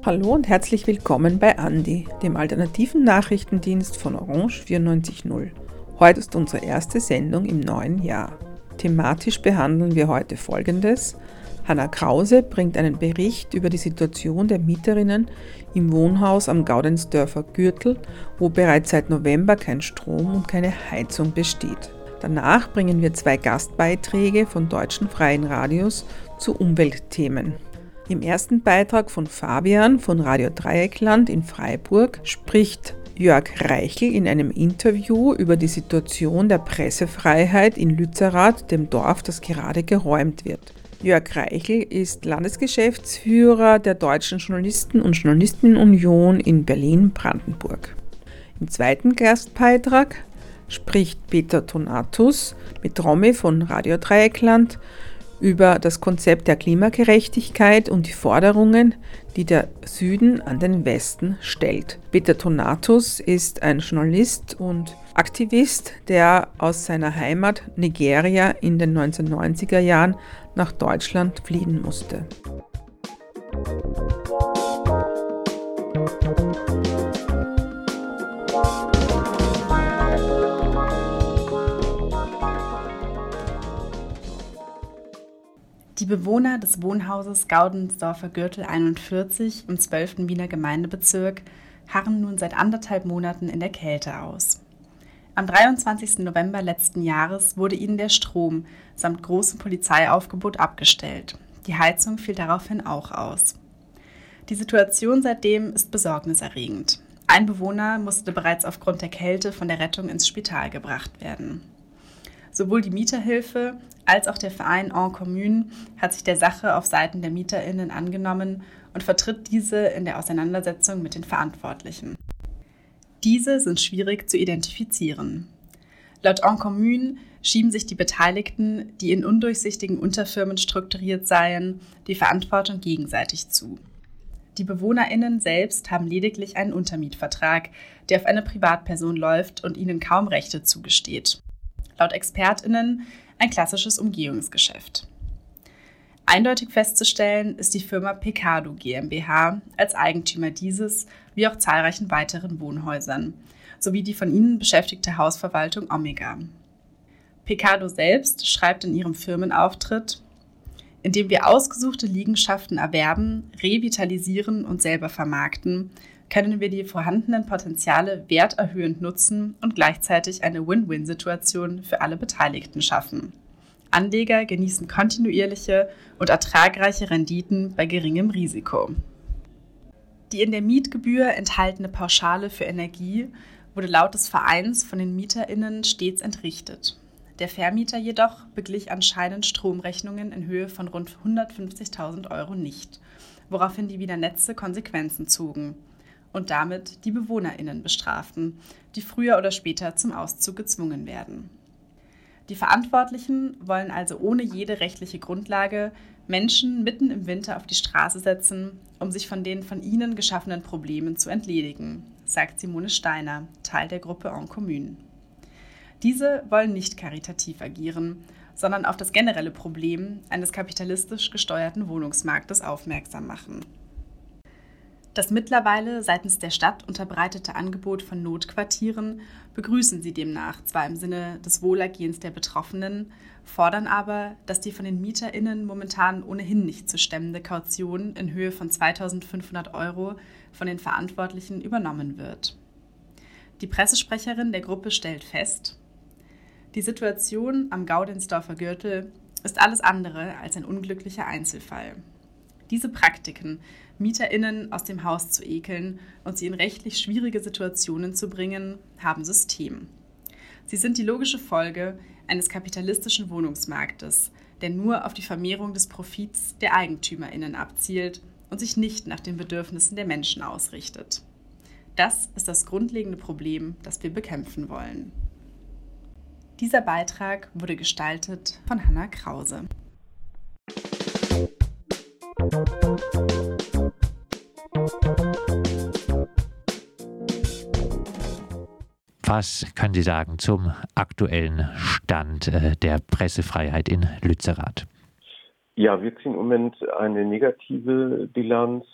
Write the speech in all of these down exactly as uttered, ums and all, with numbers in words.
Hallo und herzlich willkommen bei Andi, dem alternativen Nachrichtendienst von Orange vierundneunzig null. Heute ist unsere erste Sendung im neuen Jahr. Thematisch behandeln wir heute Folgendes. Hanna Krause bringt einen Bericht über die Situation der Mieterinnen im Wohnhaus am Gaudensdörfer Gürtel, wo bereits seit November kein Strom und keine Heizung besteht. Danach bringen wir zwei Gastbeiträge von deutschen freien Radios zu Umweltthemen. Im ersten Beitrag von Fabian von Radio Dreieckland in Freiburg spricht Jörg Reichel in einem Interview über die Situation der Pressefreiheit in Lützerath, dem Dorf, das gerade geräumt wird. Jörg Reichel ist Landesgeschäftsführer der Deutschen Journalisten- und Journalistinnenunion in Berlin-Brandenburg. Im zweiten Gastbeitrag spricht Peter Donatus mit Romy von Radio Dreieckland über das Konzept der Klimagerechtigkeit und die Forderungen, die der Süden an den Westen stellt. Peter Donatus ist ein Journalist und Aktivist, der aus seiner Heimat Nigeria in den neunzehnhundertneunziger Jahren nach Deutschland fliehen musste. Die Bewohner des Wohnhauses Gaudensdorfer Gürtel einundvierzig im zwölften Wiener Gemeindebezirk harren nun seit anderthalb Monaten in der Kälte aus. Am dreiundzwanzigsten November letzten Jahres wurde ihnen der Strom samt großem Polizeiaufgebot abgestellt. Die Heizung fiel daraufhin auch aus. Die Situation seitdem ist besorgniserregend. Ein Bewohner musste bereits aufgrund der Kälte von der Rettung ins Spital gebracht werden. Sowohl die Mieterhilfe als auch der Verein En Commune hat sich der Sache auf Seiten der MieterInnen angenommen und vertritt diese in der Auseinandersetzung mit den Verantwortlichen. Diese sind schwierig zu identifizieren. Laut En Commune schieben sich die Beteiligten, die in undurchsichtigen Unterfirmen strukturiert seien, die Verantwortung gegenseitig zu. Die BewohnerInnen selbst haben lediglich einen Untermietvertrag, der auf eine Privatperson läuft und ihnen kaum Rechte zugesteht. Laut ExpertInnen ein klassisches Umgehungsgeschäft. Eindeutig festzustellen ist die Firma Pecado GmbH als Eigentümer dieses wie auch zahlreichen weiteren Wohnhäusern sowie die von ihnen beschäftigte Hausverwaltung Omega. Pecado selbst schreibt in ihrem Firmenauftritt: Indem wir ausgesuchte Liegenschaften erwerben, revitalisieren und selber vermarkten, können wir die vorhandenen Potenziale werterhöhend nutzen und gleichzeitig eine Win-Win-Situation für alle Beteiligten schaffen. Anleger genießen kontinuierliche und ertragreiche Renditen bei geringem Risiko. Die in der Mietgebühr enthaltene Pauschale für Energie wurde laut des Vereins von den MieterInnen stets entrichtet. Der Vermieter jedoch beglich anscheinend Stromrechnungen in Höhe von rund hundertfünfzigtausend Euro nicht, woraufhin die Wiener Netze Konsequenzen zogen und damit die BewohnerInnen bestraften, die früher oder später zum Auszug gezwungen werden. Die Verantwortlichen wollen also ohne jede rechtliche Grundlage Menschen mitten im Winter auf die Straße setzen, um sich von den von ihnen geschaffenen Problemen zu entledigen, sagt Simone Steiner, Teil der Gruppe En Commune. Diese wollen nicht karitativ agieren, sondern auf das generelle Problem eines kapitalistisch gesteuerten Wohnungsmarktes aufmerksam machen. Das mittlerweile seitens der Stadt unterbreitete Angebot von Notquartieren begrüßen sie demnach zwar im Sinne des Wohlergehens der Betroffenen, fordern aber, dass die von den MieterInnen momentan ohnehin nicht zu stemmende Kaution in Höhe von zweitausendfünfhundert Euro von den Verantwortlichen übernommen wird. Die Pressesprecherin der Gruppe stellt fest: Die Situation am Gaudensdorfer Gürtel ist alles andere als ein unglücklicher Einzelfall. Diese Praktiken, MieterInnen aus dem Haus zu ekeln und sie in rechtlich schwierige Situationen zu bringen, haben System. Sie sind die logische Folge eines kapitalistischen Wohnungsmarktes, der nur auf die Vermehrung des Profits der EigentümerInnen abzielt und sich nicht nach den Bedürfnissen der Menschen ausrichtet. Das ist das grundlegende Problem, das wir bekämpfen wollen. Dieser Beitrag wurde gestaltet von Hanna Krause. Was können Sie sagen zum aktuellen Stand äh, der Pressefreiheit in Lützerath? Ja, wir ziehen im Moment eine negative Bilanz.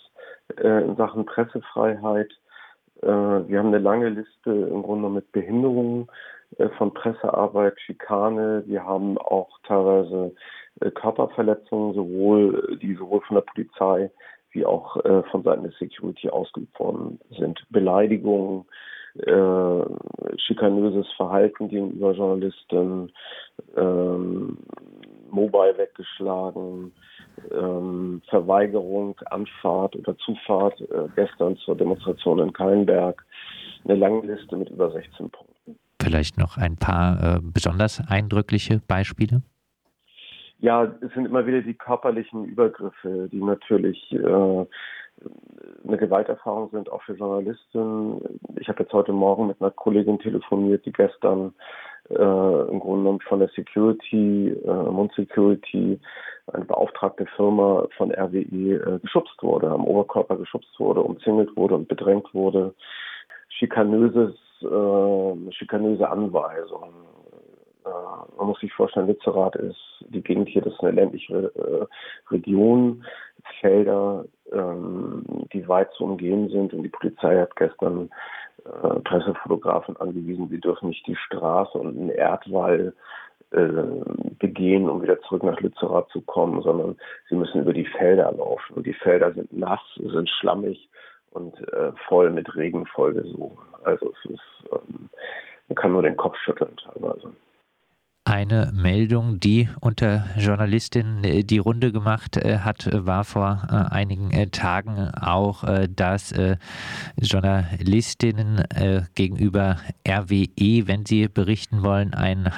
äh, in Sachen Pressefreiheit. Äh, wir haben eine lange Liste im Grunde genommen mit Behinderungen äh, von Pressearbeit, Schikane. Wir haben auch teilweise äh, Körperverletzungen, sowohl die sowohl von der Polizei wie auch äh, von Seiten der Security ausgeübt worden sind. Beleidigungen, äh, schikanöses Verhalten gegenüber Journalisten, ähm, Mobile weggeschlagen, ähm, Verweigerung, Anfahrt oder Zufahrt, äh, gestern zur Demonstration in Keinberg. Eine lange Liste mit über sechzehn Punkten. Vielleicht noch ein paar äh, besonders eindrückliche Beispiele? Ja, es sind immer wieder die körperlichen Übergriffe, die natürlich äh, eine Gewalterfahrung sind, auch für Journalisten. Ich habe jetzt heute Morgen mit einer Kollegin telefoniert, die gestern äh, im Grunde genommen von der Security, äh, Mund Security, eine beauftragte Firma von R W E, äh, geschubst wurde, am Oberkörper geschubst wurde, umzingelt wurde und bedrängt wurde. Schikanöses, äh, schikanöse Anweisungen. Äh, man muss sich vorstellen, Lützerath ist die Gegend hier, das ist eine ländliche äh, Region, Felder, ähm, die weit zu umgehen sind, und die Polizei hat gestern äh, Pressefotografen angewiesen, sie dürfen nicht die Straße und einen Erdwall äh, begehen, um wieder zurück nach Lützerath zu kommen, sondern sie müssen über die Felder laufen, und die Felder sind nass, sind schlammig und äh, voll mit Regen vollgesogen. Also es ist, ähm, man kann nur den Kopf schütteln teilweise. Eine Meldung, die unter Journalistinnen die Runde gemacht hat, war vor einigen Tagen auch, dass Journalistinnen gegenüber R W E, wenn sie berichten wollen, einen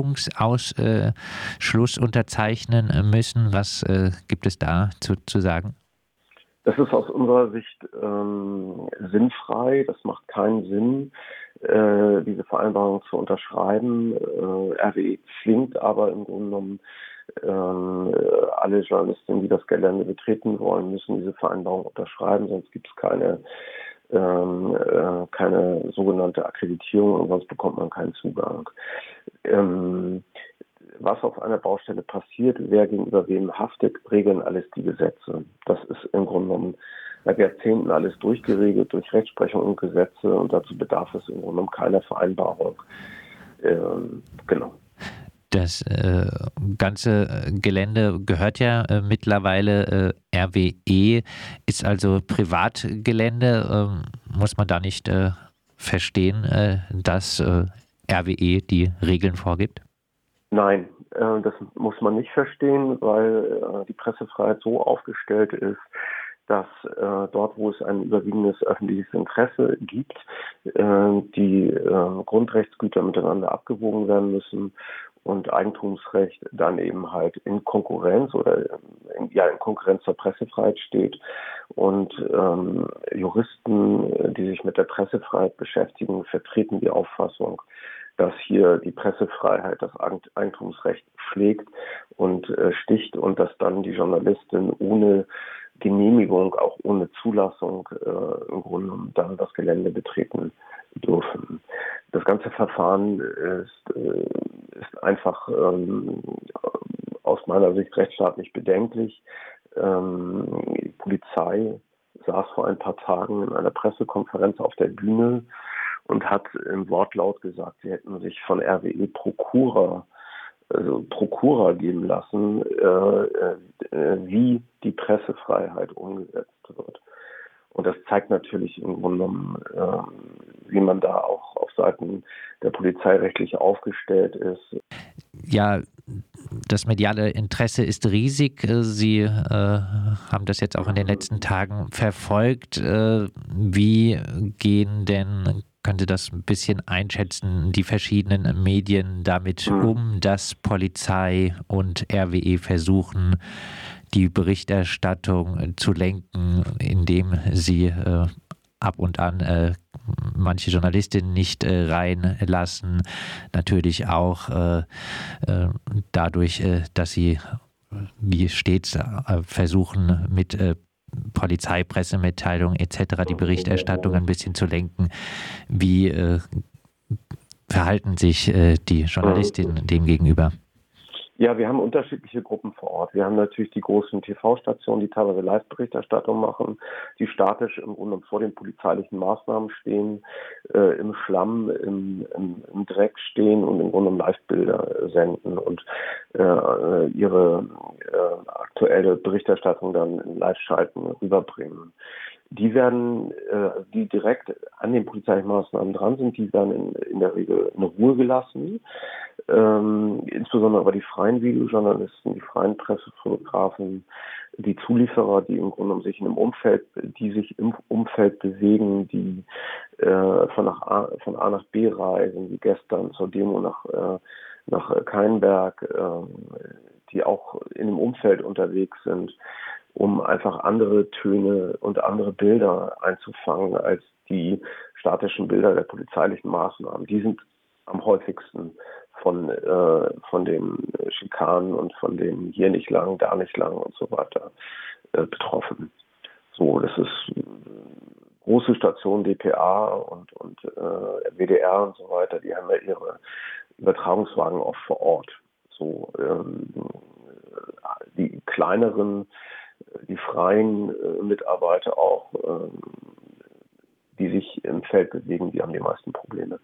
Haftungsausschluss unterzeichnen müssen. Was gibt es da zu, zu sagen? Das ist aus unserer Sicht ähm, sinnfrei. Das macht keinen Sinn, äh, diese Vereinbarung zu unterschreiben. Äh, R W E zwingt aber im Grunde genommen ähm, alle Journalistinnen, die das Gelände betreten wollen, müssen diese Vereinbarung unterschreiben, sonst gibt es keine, ähm, äh, keine sogenannte Akkreditierung, und sonst bekommt man keinen Zugang. Ähm, Was auf einer Baustelle passiert, wer gegenüber wem haftet, regeln alles die Gesetze. Das ist im Grunde genommen seit Jahrzehnten alles durchgeregelt durch Rechtsprechung und Gesetze, und dazu bedarf es im Grunde genommen keiner Vereinbarung. Ähm, genau. Das äh, ganze Gelände gehört ja äh, mittlerweile äh, R W E, ist also Privatgelände. Ähm, muss man da nicht äh, verstehen, äh, dass äh, R W E die Regeln vorgibt? Nein, äh, das muss man nicht verstehen, weil äh, die Pressefreiheit so aufgestellt ist, dass äh, dort, wo es ein überwiegendes öffentliches Interesse gibt, äh, die äh, Grundrechtsgüter miteinander abgewogen werden müssen und Eigentumsrecht dann eben halt in Konkurrenz oder in, ja in Konkurrenz zur Pressefreiheit steht. Und ähm, Juristen, die sich mit der Pressefreiheit beschäftigen, vertreten die Auffassung, dass hier die Pressefreiheit das Eigentumsrecht schlägt und äh, sticht, und dass dann die Journalistin ohne Genehmigung, auch ohne Zulassung äh, im Grunde genommen dann das Gelände betreten dürfen. Das ganze Verfahren ist, äh, ist einfach ähm, aus meiner Sicht rechtsstaatlich bedenklich. Ähm, die Polizei saß vor ein paar Tagen in einer Pressekonferenz auf der Bühne und hat im Wortlaut gesagt, sie hätten sich von R W E Prokura, also Prokura geben lassen, äh, äh, wie die Pressefreiheit umgesetzt wird. Und das zeigt natürlich im Grunde genommen, äh, wie man da auch auf Seiten der Polizei rechtlich aufgestellt ist. Ja, das mediale Interesse ist riesig. Sie äh, haben das jetzt auch in den letzten Tagen verfolgt. Äh, wie gehen denn, können Sie das ein bisschen einschätzen, die verschiedenen Medien damit mhm. um, dass Polizei und R W E versuchen, die Berichterstattung zu lenken, indem sie äh, ab und an äh, manche Journalistinnen nicht äh, reinlassen. Natürlich auch äh, äh, dadurch, äh, dass sie, wie stets, äh, versuchen, mit äh, Polizei, Pressemitteilungen et cetera die Berichterstattung ein bisschen zu lenken. Wie äh, verhalten sich äh, die Journalistinnen dem gegenüber? Ja, wir haben unterschiedliche Gruppen vor Ort. Wir haben natürlich die großen T V-Stationen, die teilweise Live-Berichterstattung machen, die statisch im Grunde vor den polizeilichen Maßnahmen stehen, äh, im Schlamm, im, im, im Dreck stehen und im Grunde Live-Bilder senden und äh, ihre äh, aktuelle Berichterstattung dann in Live-Schalten rüberbringen. Die werden, äh, die direkt an den polizeilichen Maßnahmen dran sind, die werden in, in der Regel in Ruhe gelassen. Ähm, insbesondere aber die freien Videojournalisten, die freien Pressefotografen, die Zulieferer, die im Grunde um sich in einem Umfeld, die sich im Umfeld bewegen, die äh, von, nach A, von A nach B reisen, wie gestern zur Demo nach, äh, nach Keinberg, äh, die auch in dem Umfeld unterwegs sind, um einfach andere Töne und andere Bilder einzufangen als die statischen Bilder der polizeilichen Maßnahmen. Die sind am häufigsten von, äh, von den Schikanen und von dem hier nicht lang, da nicht lang und so weiter äh, betroffen. So, das ist äh, große Stationen, D P A und, und äh, W D R und so weiter, die haben ja ihre Übertragungswagen auch vor Ort. So, ähm, die kleineren, die freien äh, Mitarbeiter auch, äh, die sich im Feld bewegen, die haben die meisten Probleme.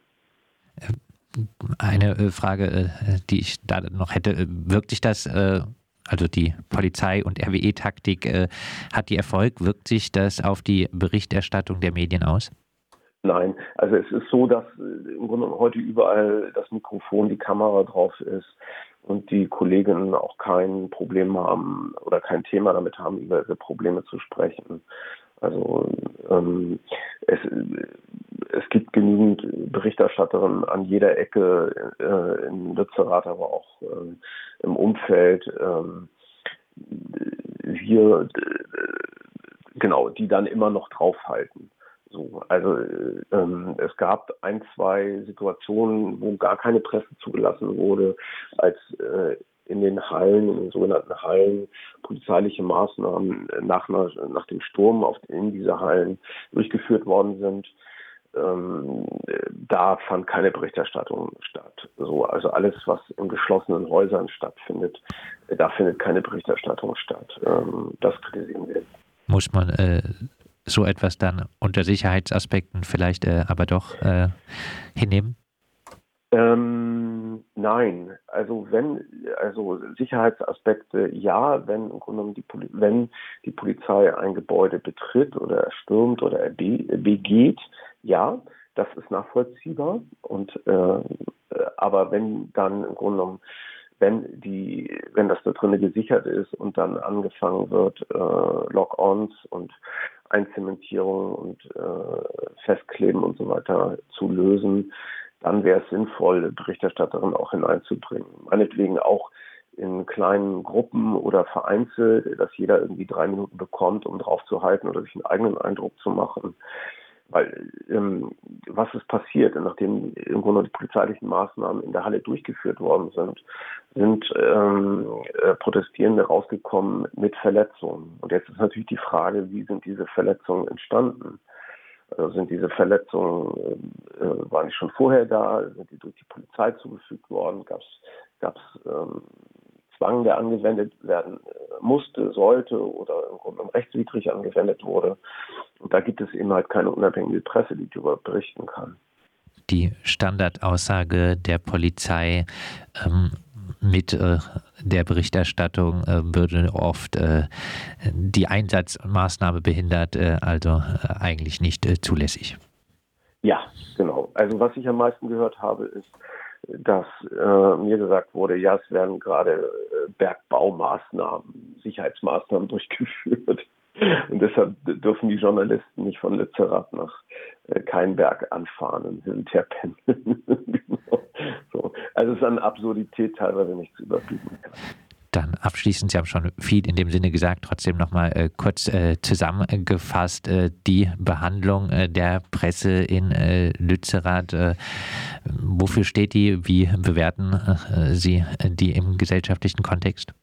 Eine Frage, die ich da noch hätte, wirkt sich das, also die Polizei- und R W E-Taktik, hat die Erfolg, wirkt sich das auf die Berichterstattung der Medien aus? Nein, also es ist so, dass im Grunde heute überall das Mikrofon, die Kamera drauf ist und die Kolleginnen auch kein Problem haben oder kein Thema damit haben, über diese Probleme zu sprechen. Also ähm, es, es gibt genügend Berichterstatterinnen an jeder Ecke äh, in Lützerath, aber auch äh, im Umfeld. Äh, wir, äh, genau, die dann immer noch draufhalten. So, also ähm, es gab ein, zwei Situationen, wo gar keine Presse zugelassen wurde, als äh, in den Hallen, in den sogenannten Hallen, polizeiliche Maßnahmen nach, nach dem Sturm auf, in diese Hallen durchgeführt worden sind. Ähm, da fand keine Berichterstattung statt. So, also alles, was in geschlossenen Häusern stattfindet, da findet keine Berichterstattung statt. Ähm, das kritisieren wir. Muss man äh, so etwas dann unter Sicherheitsaspekten vielleicht äh, aber doch äh, hinnehmen? Ähm, nein, also wenn, also Sicherheitsaspekte ja, wenn im Grunde genommen die Poli- wenn die Polizei ein Gebäude betritt oder erstürmt oder erbe- begeht, ja, das ist nachvollziehbar. Und äh, aber wenn dann im Grunde genommen, wenn die, wenn das da drinnen gesichert ist und dann angefangen wird, äh, Lock-ons und Einzementierung und äh, Festkleben und so weiter zu lösen, dann wäre es sinnvoll, Berichterstatterinnen auch hineinzubringen. Meinetwegen auch in kleinen Gruppen oder vereinzelt, dass jeder irgendwie drei Minuten bekommt, um drauf zu halten oder sich einen eigenen Eindruck zu machen. Weil ähm, was ist passiert, nachdem im Grunde die polizeilichen Maßnahmen in der Halle durchgeführt worden sind, sind ähm, äh, Protestierende rausgekommen mit Verletzungen. Und jetzt ist natürlich die Frage, wie sind diese Verletzungen entstanden? Also sind diese Verletzungen, äh, waren die schon vorher da, sind die durch die Polizei zugefügt worden, gab es ähm, Zwang, der angewendet werden musste, sollte oder im Grunde rechtswidrig angewendet wurde. Und da gibt es eben halt keine unabhängige Presse, die darüber berichten kann. Die Standardaussage der Polizei ähm, mit äh, der Berichterstattung äh, würde oft äh, die Einsatzmaßnahme behindert, äh, also äh, eigentlich nicht äh, zulässig. Ja, genau. Also was ich am meisten gehört habe, ist, dass äh, mir gesagt wurde, ja, es werden gerade äh, Bergbaumaßnahmen, Sicherheitsmaßnahmen durchgeführt. Und deshalb dürfen die Journalisten nicht von Lützerath nach äh, Keinberg anfahren und hin und her pendeln. Genau. So. Also es ist an Absurdität teilweise nicht zu überbieten. Dann abschließend, Sie haben schon viel in dem Sinne gesagt, trotzdem nochmal äh, kurz äh, zusammengefasst, äh, die Behandlung äh, der Presse in äh, Lützerath, äh, wofür steht die, wie bewerten äh, Sie die im gesellschaftlichen Kontext?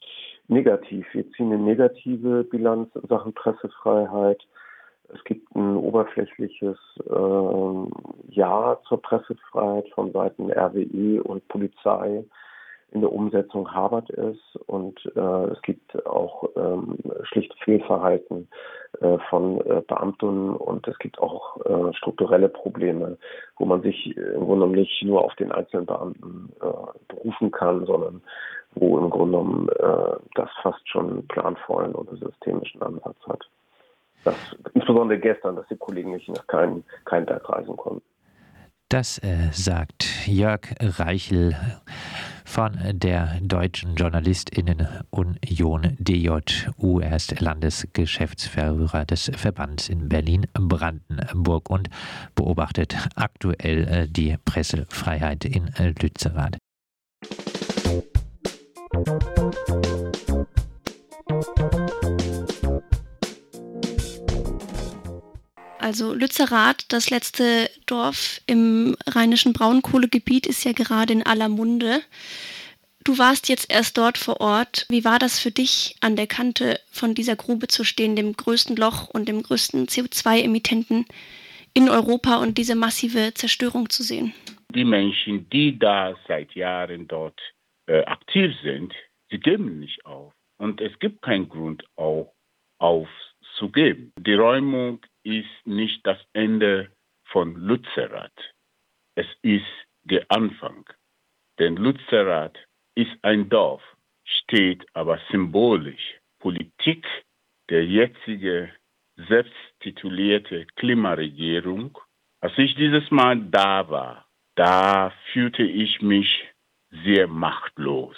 Negativ. Wir ziehen eine negative Bilanz in Sachen Pressefreiheit. Es gibt ein oberflächliches äh, Ja zur Pressefreiheit von Seiten R W E und Polizei, in der Umsetzung hapert es und äh, es gibt auch ähm, schlicht Fehlverhalten äh, von äh, Beamten und es gibt auch äh, strukturelle Probleme, wo man sich im Grunde genommen nicht nur auf den einzelnen Beamten äh, berufen kann, sondern wo im Grunde genommen äh, das fast schon einen planvollen oder systemischen Ansatz hat. Das, insbesondere gestern, dass die Kollegen nicht nach keinem kein Tag reisen konnten. Das äh, sagt Jörg Reichel von der Deutschen JournalistInnen-Union D J U. Er ist Landesgeschäftsführer des Verbands in Berlin-Brandenburg und beobachtet aktuell äh, die Pressefreiheit in äh, Lützerath. Also Lützerath, das letzte Dorf im rheinischen Braunkohlegebiet, ist ja gerade in aller Munde. Du warst jetzt erst dort vor Ort. Wie war das für dich, an der Kante von dieser Grube zu stehen, dem größten Loch und dem größten C O zwei Emittenten in Europa und diese massive Zerstörung zu sehen? Die Menschen, die da seit Jahren dort äh, aktiv sind, sie geben nicht auf. Und es gibt keinen Grund, auch aufzugeben. Die Räumung ist nicht das Ende von Lützerath. Es ist der Anfang. Denn Lützerath ist ein Dorf, steht aber symbolisch. Politik der jetzige selbsttitulierte Klimaregierung. Als ich dieses Mal da war, da fühlte ich mich sehr machtlos.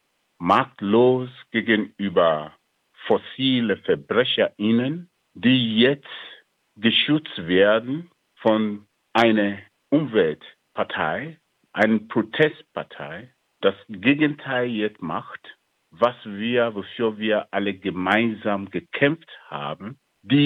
Machtlos gegenüber fossile VerbrecherInnen, die jetzt geschützt werden von einer Umweltpartei, einer Protestpartei, das Gegenteil jetzt macht, was wir, wofür wir alle gemeinsam gekämpft haben.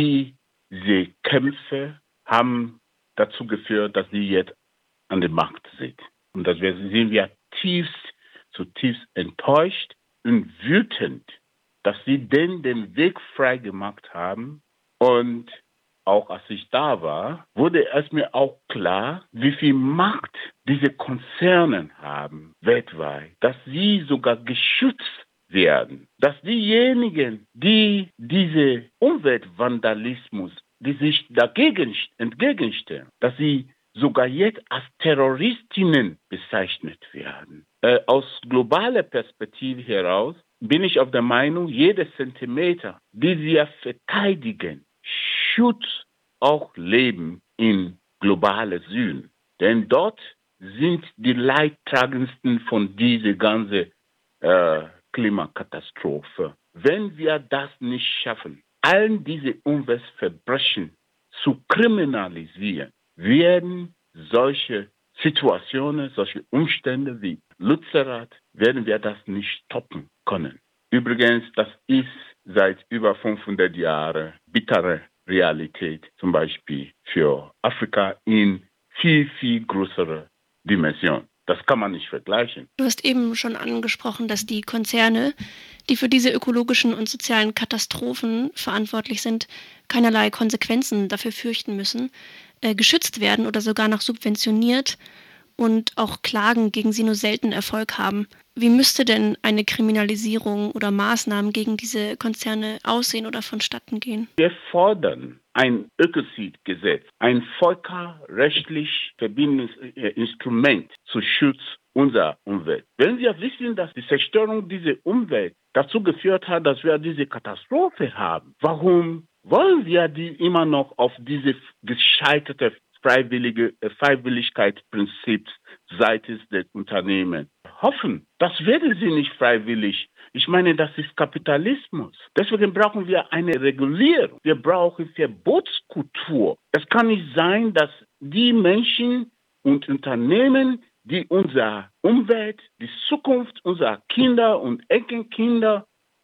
Diese Kämpfe haben dazu geführt, dass sie jetzt an der Macht sind. Und das sind wir tiefst, zutiefst enttäuscht und wütend, dass sie denn den Weg frei gemacht haben. Und auch als ich da war, wurde es mir auch klar, wie viel Macht diese Konzerne haben weltweit, dass sie sogar geschützt werden, dass diejenigen, die diese Umweltvandalismus, die sich dagegen entgegenstellen, dass sie sogar jetzt als Terroristinnen bezeichnet werden. Äh, aus globaler Perspektive heraus bin ich auf der Meinung, jeder Zentimeter, die wir verteidigen, schützt auch Leben in globalen Süden. Denn dort sind die Leidtragendsten von dieser ganzen äh, Klimakatastrophe. Wenn wir das nicht schaffen, all diese Umweltverbrechen zu kriminalisieren, werden solche Situationen, solche Umstände wie Lützerath, werden wir das nicht stoppen können. Übrigens, das ist seit über fünfhundert Jahren bittere Realität, zum Beispiel für Afrika in viel, viel größerer Dimension. Das kann man nicht vergleichen. Du hast eben schon angesprochen, dass die Konzerne, die für diese ökologischen und sozialen Katastrophen verantwortlich sind, keinerlei Konsequenzen dafür fürchten müssen, äh, geschützt werden oder sogar noch subventioniert und auch Klagen gegen sie nur selten Erfolg haben. Wie müsste denn eine Kriminalisierung oder Maßnahmen gegen diese Konzerne aussehen oder vonstatten gehen? Wir fordern ein Ökozidgesetz, ein völkerrechtlich verbindendes Instrument zum Schutz unserer Umwelt. Wenn wir wissen, dass die Zerstörung dieser Umwelt dazu geführt hat, dass wir diese Katastrophe haben, warum wollen wir die immer noch auf diese gescheiterte freiwillige Freiwilligkeitsprinzip seitens der Unternehmen hoffen? Das werden sie nicht freiwillig. Ich meine, das ist Kapitalismus. Deswegen brauchen wir eine Regulierung. Wir brauchen Verbotskultur. Es kann nicht sein, dass die Menschen und Unternehmen, die unsere Umwelt, die Zukunft unserer Kinder und Enkelkinder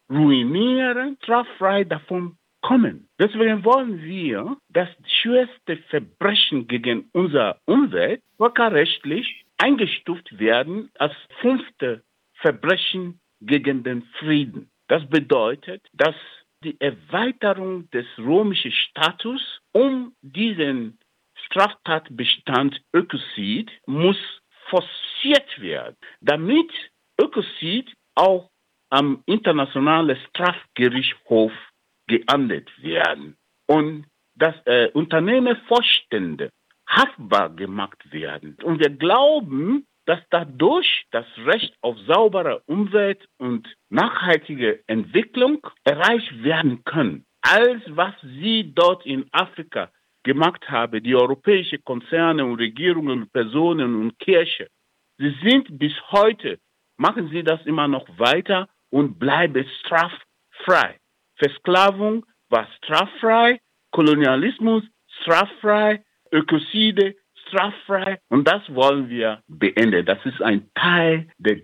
ruinieren, straffrei davon kommen. Deswegen wollen wir, dass schwerste Verbrechen gegen unsere Umwelt völkerrechtlich eingestuft werden als fünfte Verbrechen gegen den Frieden. Das bedeutet, dass die Erweiterung des römischen Status um diesen Straftatbestand Ökozid muss forciert werden, damit Ökozid auch am Internationalen Strafgerichtshof geahndet werden und dass äh, Unternehmervorstände haftbar gemacht werden. Und wir glauben, dass dadurch das Recht auf saubere Umwelt und nachhaltige Entwicklung erreicht werden kann. Alles, was sie dort in Afrika gemacht haben, die europäischen Konzerne und Regierungen, Personen und Kirche, sie sind bis heute, machen sie das immer noch weiter und bleiben straffrei. Versklavung war straffrei, Kolonialismus straffrei, Ökozide straffrei und das wollen wir beenden. Das ist ein Teil des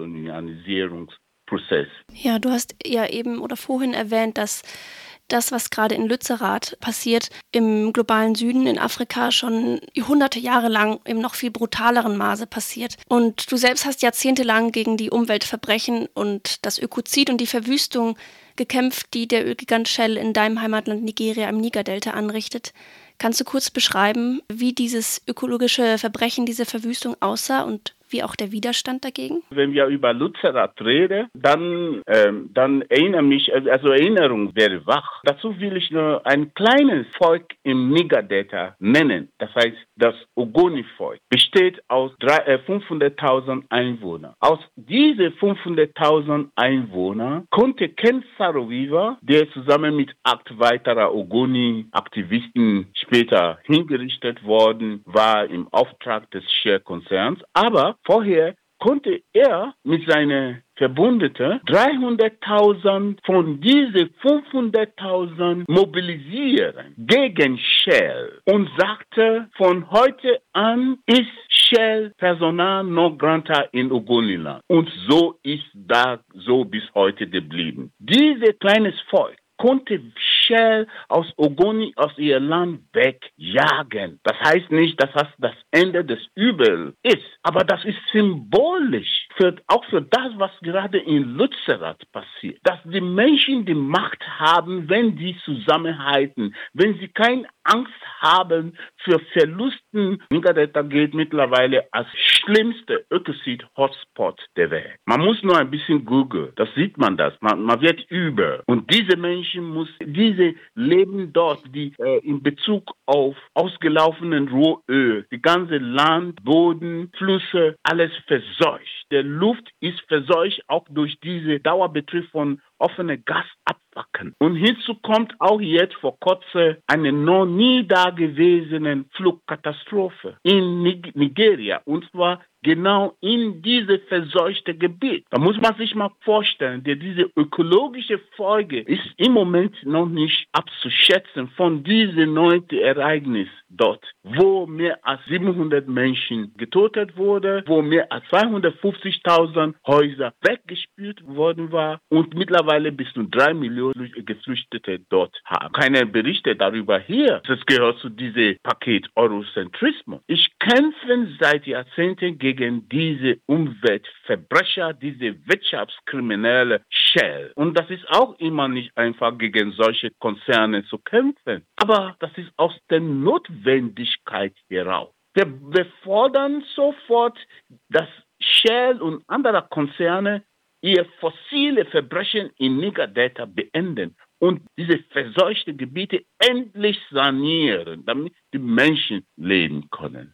Dekolonialisierungsprozesses. Ja, du hast ja eben oder vorhin erwähnt, dass das, was gerade in Lützerath passiert, im globalen Süden in Afrika schon hunderte Jahre lang im noch viel brutaleren Maße passiert. Und du selbst hast jahrzehntelang gegen die Umweltverbrechen und das Ökozid und die Verwüstung gekämpft, die der Ölgigant Shell in deinem Heimatland Nigeria im Nigerdelta anrichtet. Kannst du kurz beschreiben, wie dieses ökologische Verbrechen, diese Verwüstung aussah und wie auch der Widerstand dagegen? Wenn wir über Lützerath reden, dann, ähm, dann erinnere mich, also Erinnerung wäre wach. Dazu will ich nur ein kleines Volk im Nigerdelta nennen. Das heißt, das Ogoni-Volk besteht aus äh, fünfhunderttausend Einwohnern. Aus diesen fünfhunderttausend Einwohnern konnte Ken Saro-Wiwa, der zusammen mit acht weiterer Ogoni-Aktivisten später hingerichtet worden war im Auftrag des Shell-Konzerns, aber vorher konnte er mit seinen Verbündeten dreihunderttausend von diesen fünfhunderttausend mobilisieren gegen Shell und sagte, von heute an ist Shell Persona non grata in Ogoniland. Und so ist das so bis heute geblieben. Dieses kleines Volk konnte Shell aus Ogoni, aus ihr Land wegjagen. Das heißt nicht, dass das das Ende des Übels ist, aber das ist symbolisch für, auch für das, was gerade in Lützerath passiert. Dass die Menschen die Macht haben, wenn sie zusammenhalten, wenn sie keine Angst haben für Verlusten. Nigerdelta gilt mittlerweile als schlimmste Ökozid-Hotspot der Welt. Man muss nur ein bisschen googeln, das sieht man das, man, man wird über. Und diese Menschen muss, diese leben dort, die äh, in Bezug auf ausgelaufenen Rohöl, die ganze Land, Boden, Flüsse, alles verseucht. Der Luft ist verseucht, auch durch diese Dauerbetrieb von offene Gasabwacken. Und hinzu kommt auch jetzt vor kurzem eine noch nie dagewesene Flugkatastrophe in Nigeria. Und zwar genau in dieses verseuchte Gebiet. Da muss man sich mal vorstellen, dass diese ökologische Folge ist im Moment noch nicht abzuschätzen von diesem neunten Ereignis dort, wo mehr als siebenhundert Menschen getötet wurden, wo mehr als zweihundertfünfzigtausend Häuser weggespült worden waren und mittlerweile bis zu drei Millionen Geflüchtete dort haben. Keine Berichte darüber hier. Das gehört zu diesem Paket Eurozentrismus. Ich kämpfe seit Jahrzehnten gegen diese Umweltverbrecher, diese Wirtschaftskriminelle Shell. Und das ist auch immer nicht einfach, gegen solche Konzerne zu kämpfen. Aber das ist aus der Notwendigkeit heraus. Wir, wir fordern sofort, dass Shell und andere Konzerne ihr fossile Verbrechen in Nigerdelta beenden und diese verseuchten Gebiete endlich sanieren, damit die Menschen leben können.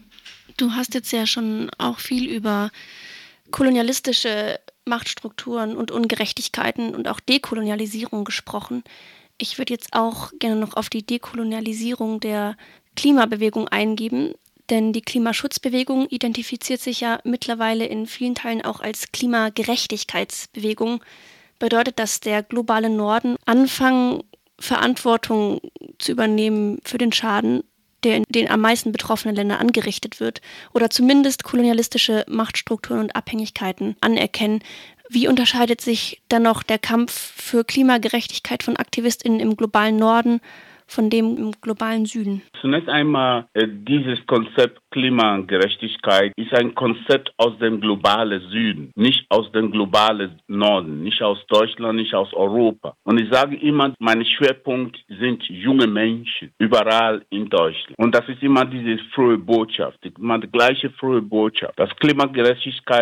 Du hast jetzt ja schon auch viel über kolonialistische Machtstrukturen und Ungerechtigkeiten und auch Dekolonialisierung gesprochen. Ich würde jetzt auch gerne noch auf die Dekolonialisierung der Klimabewegung eingehen, denn die Klimaschutzbewegung identifiziert sich ja mittlerweile in vielen Teilen auch als Klimagerechtigkeitsbewegung. Bedeutet, dass der globale Norden anfangen, Verantwortung zu übernehmen für den Schaden, der in den am meisten betroffenen Ländern angerichtet wird, oder zumindest kolonialistische Machtstrukturen und Abhängigkeiten anerkennen. Wie unterscheidet sich dann noch der Kampf für Klimagerechtigkeit von AktivistInnen im globalen Norden von dem im globalen Süden? Zunächst einmal, äh, dieses Konzept Klimagerechtigkeit ist ein Konzept aus dem globalen Süden, nicht aus dem globalen Norden, nicht aus Deutschland, nicht aus Europa. Und ich sage immer, mein Schwerpunkt sind junge Menschen, überall in Deutschland. Und das ist immer diese frohe Botschaft, immer die gleiche frohe Botschaft, dass Klimagerechtigkeit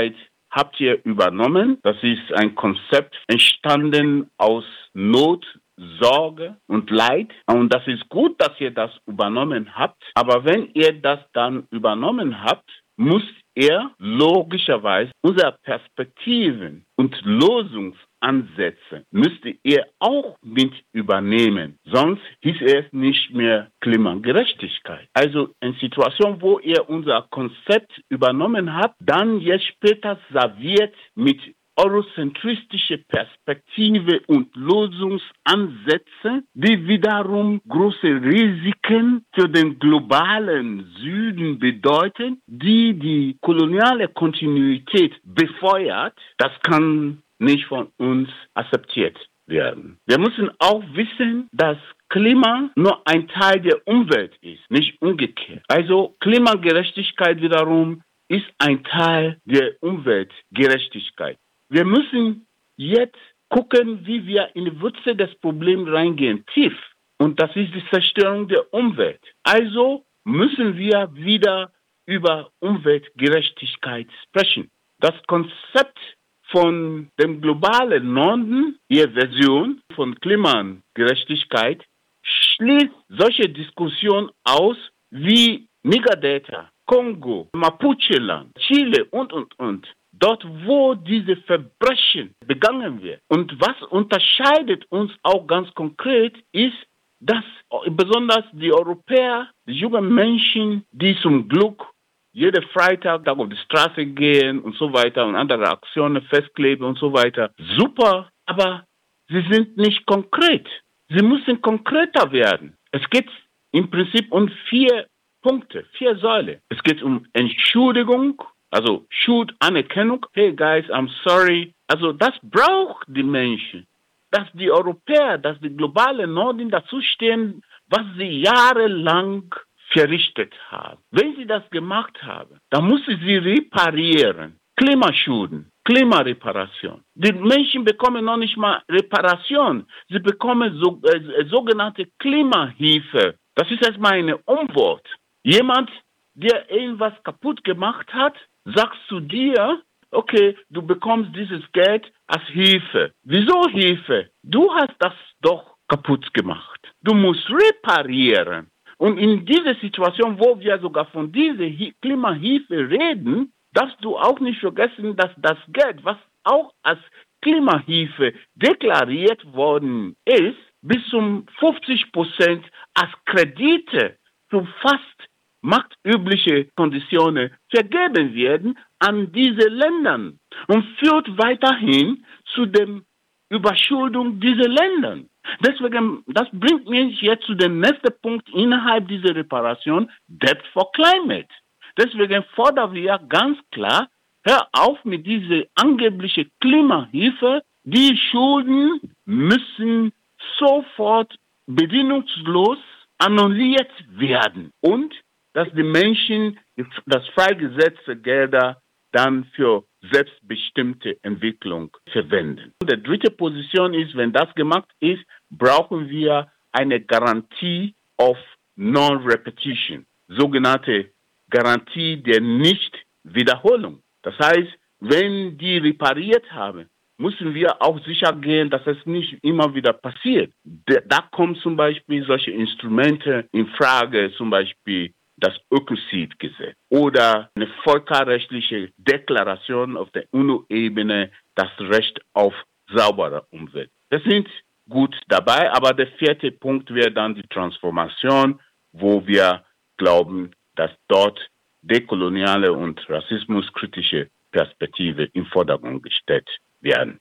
habt ihr übernommen. Das ist ein Konzept entstanden aus Not, Sorge und Leid. Und das ist gut, dass ihr das übernommen habt. Aber wenn ihr das dann übernommen habt, müsst ihr logischerweise unsere Perspektiven und Lösungsansätze müsst ihr auch mit übernehmen. Sonst hieß es nicht mehr Klimagerechtigkeit. Also in Situationen, wo ihr unser Konzept übernommen habt, dann jetzt später serviert mit eurozentristische Perspektive und Lösungsansätze, die wiederum große Risiken für den globalen Süden bedeuten, die die koloniale Kontinuität befeuert, das kann nicht von uns akzeptiert werden. Wir müssen auch wissen, dass Klima nur ein Teil der Umwelt ist, nicht umgekehrt. Also Klimagerechtigkeit wiederum ist ein Teil der Umweltgerechtigkeit. Wir müssen jetzt gucken, wie wir in die Wurzel des Problems reingehen, tief. Und das ist die Zerstörung der Umwelt. Also müssen wir wieder über Umweltgerechtigkeit sprechen. Das Konzept von dem globalen Norden, ihre Version von Klimagerechtigkeit, schließt solche Diskussionen aus wie Niger-Delta, Kongo, Mapuche-Land, Chile und, und, und. Dort, wo diese Verbrechen begangen werden. Und was unterscheidet uns auch ganz konkret, ist, dass besonders die Europäer, die jungen Menschen, die zum Glück jeden Freitag auf die Straße gehen und so weiter und andere Aktionen festkleben und so weiter, super, aber sie sind nicht konkret. Sie müssen konkreter werden. Es geht im Prinzip um vier Punkte, vier Säulen. Es geht um Entschuldigung, also Schuldanerkennung. Hey guys, I'm sorry. Also das braucht die Menschen. Dass die Europäer, dass die globale Norden dazu stehen, was sie jahrelang verrichtet haben. Wenn sie das gemacht haben, dann müssen sie reparieren. Klimaschulden, Klimareparation. Die Menschen bekommen noch nicht mal Reparation. Sie bekommen so, äh, sogenannte Klimahilfe. Das ist erstmal ein Umwort. Jemand, der irgendwas kaputt gemacht hat, sagst zu dir, okay, du bekommst dieses Geld als Hilfe. Wieso Hilfe? Du hast das doch kaputt gemacht. Du musst reparieren. Und in dieser Situation, wo wir sogar von dieser Klimahilfe reden, darfst du auch nicht vergessen, dass das Geld, was auch als Klimahilfe deklariert worden ist, bis zum fünfzig Prozent als Kredite zu fast marktübliche Konditionen vergeben werden an diese Länder und führt weiterhin zu der Überschuldung dieser Länder. Deswegen, das bringt mich jetzt zu dem nächsten Punkt innerhalb dieser Reparation, Debt for Climate. Deswegen fordern wir ganz klar, hör auf mit dieser angeblichen Klimahilfe. Die Schulden müssen sofort bedingungslos annulliert werden und dass die Menschen das freigesetzte Gelder dann für selbstbestimmte Entwicklung verwenden. Die dritte Position ist, wenn das gemacht ist, brauchen wir eine Garantie of Non-Repetition, sogenannte Garantie der Nicht-Wiederholung. Das heißt, wenn die repariert haben, müssen wir auch sicher gehen, dass es nicht immer wieder passiert. Da kommen zum Beispiel solche Instrumente in Frage, zum Beispiel das Ökozid-Gesetz oder eine völkerrechtliche Deklaration auf der UNO-Ebene, das Recht auf saubere Umwelt. Wir sind gut dabei, aber der vierte Punkt wäre dann die Transformation, wo wir glauben, dass dort dekoloniale und rassismuskritische Perspektive im Vordergrund gestellt werden.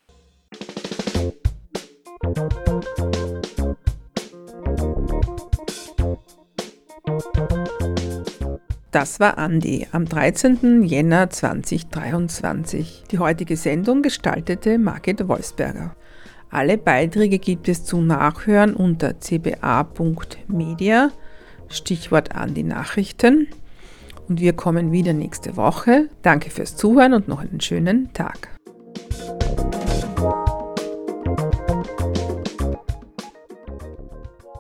Das war Andi am dreizehnten Jänner zweitausenddreiundzwanzig. Die heutige Sendung gestaltete Margit Wolfsberger. Alle Beiträge gibt es zum Nachhören unter c b a punkt media, Stichwort Andi Nachrichten. Und wir kommen wieder nächste Woche. Danke fürs Zuhören und noch einen schönen Tag.